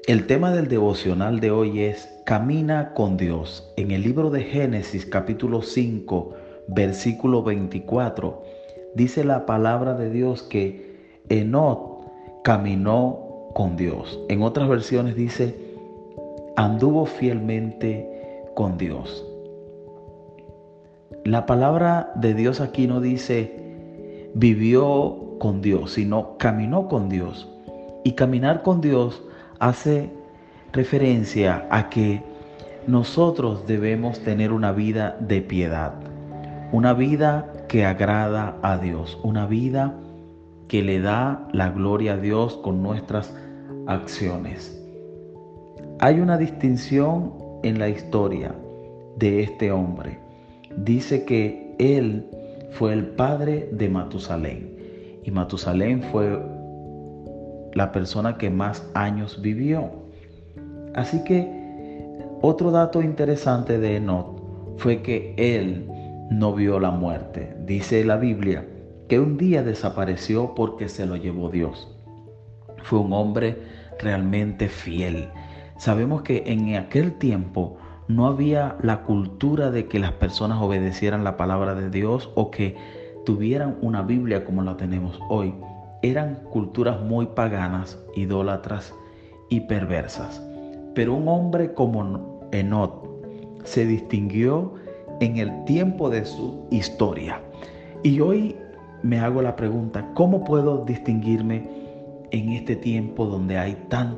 El tema del devocional de hoy es Camina con Dios. En el libro de Génesis capítulo 5, versículo 24, dice la palabra de Dios que Enoc caminó con Dios. En otras versiones dice, anduvo fielmente con Dios. La palabra de Dios aquí no dice vivió con Dios, sino caminó con Dios. Y caminar con Dios hace referencia a que nosotros debemos tener una vida de piedad, una vida que agrada a Dios, una vida que le da la gloria a Dios con nuestras acciones. Hay una distinción en la historia de este hombre. Dice que él fue el padre de Matusalén y Matusalén fue la persona que más años vivió. Así que otro dato interesante de Enoc fue que él no vio la muerte. Dice la Biblia que un día desapareció porque se lo llevó Dios. Fue un hombre realmente fiel. Sabemos que en aquel tiempo no había la cultura de que las personas obedecieran la palabra de Dios o que tuvieran una Biblia como la tenemos hoy. Eran culturas muy paganas, idólatras y perversas. Pero un hombre como Enoc se distinguió en el tiempo de su historia. Y hoy me hago la pregunta, ¿cómo puedo distinguirme en este tiempo donde hay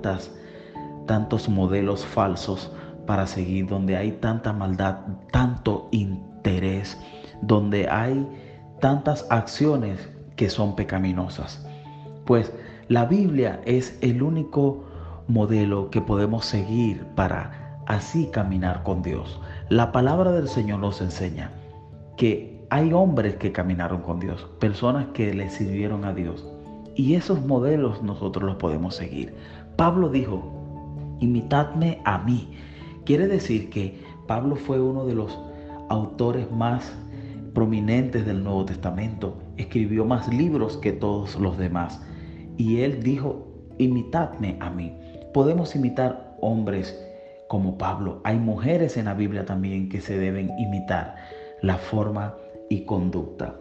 tantos modelos falsos para seguir, donde hay tanta maldad, tanto interés, donde hay tantas acciones que son pecaminosas? Pues la Biblia es el único modelo que podemos seguir para así caminar con Dios. La palabra del Señor nos enseña que hay hombres que caminaron con Dios, personas que le sirvieron a Dios, y esos modelos nosotros los podemos seguir. Pablo dijo, imitadme a mí. Quiere decir que Pablo fue uno de los autores más prominentes del Nuevo Testamento. Escribió más libros que todos los demás. Y él dijo, imitadme a mí. Podemos imitar hombres como Pablo. Hay mujeres en la Biblia también que se deben imitar la forma y conducta.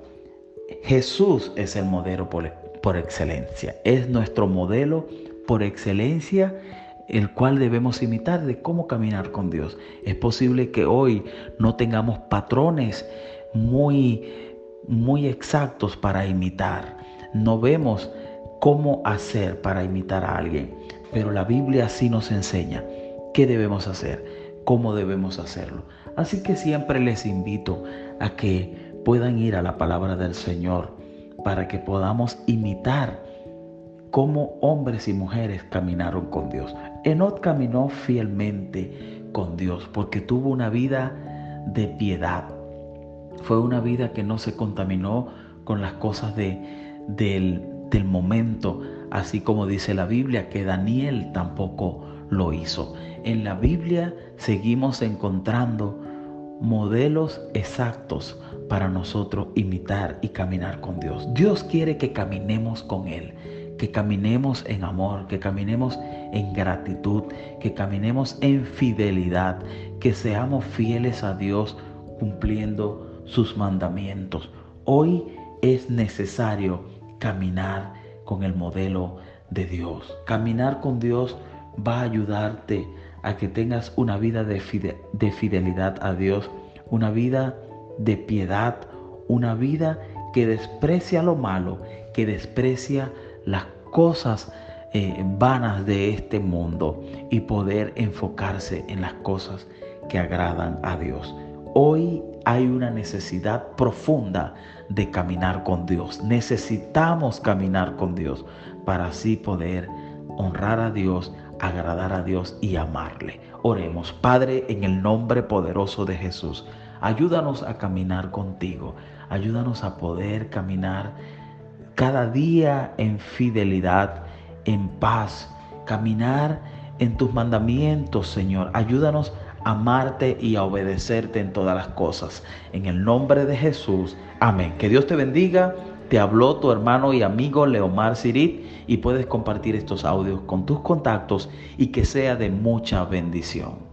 Jesús es el modelo por excelencia. Es nuestro modelo por excelencia, el cual debemos imitar de cómo caminar con Dios. Es posible que hoy no tengamos patrones muy exactos para imitar. No vemos cómo hacer para imitar a alguien, pero la Biblia sí nos enseña qué debemos hacer, cómo debemos hacerlo. Así que siempre les invito a que puedan ir a la palabra del Señor para que podamos imitar cómo hombres y mujeres caminaron con Dios. Enoc caminó fielmente con Dios porque tuvo una vida de piedad. Fue una vida que no se contaminó con las cosas del momento, así como dice la Biblia que Daniel tampoco lo hizo. En la Biblia seguimos encontrando modelos exactos para nosotros imitar y caminar con Dios. Dios quiere que caminemos con Él, que caminemos en amor, que caminemos en gratitud, que caminemos en fidelidad, que seamos fieles a Dios cumpliendo sus mandamientos. Hoy es necesario caminar con el modelo de Dios. Caminar con Dios va a ayudarte a que tengas una vida de fidelidad a Dios, una vida de piedad, una vida que desprecia lo malo, que desprecia las cosas vanas de este mundo y poder enfocarse en las cosas que agradan a Dios. Hoy hay una necesidad profunda de caminar con Dios. Necesitamos caminar con Dios para así poder honrar a Dios, agradar a Dios y amarle. Oremos. Padre, en el nombre poderoso de Jesús, ayúdanos a caminar contigo. Ayúdanos a poder caminar cada día en fidelidad, en paz, caminar en tus mandamientos, Señor. Ayúdanos a amarte y a obedecerte en todas las cosas. En el nombre de Jesús. Amén. Que Dios te bendiga Te habló tu hermano y amigo Leomar Sirit y puedes compartir estos audios con tus contactos y que sea de mucha bendición.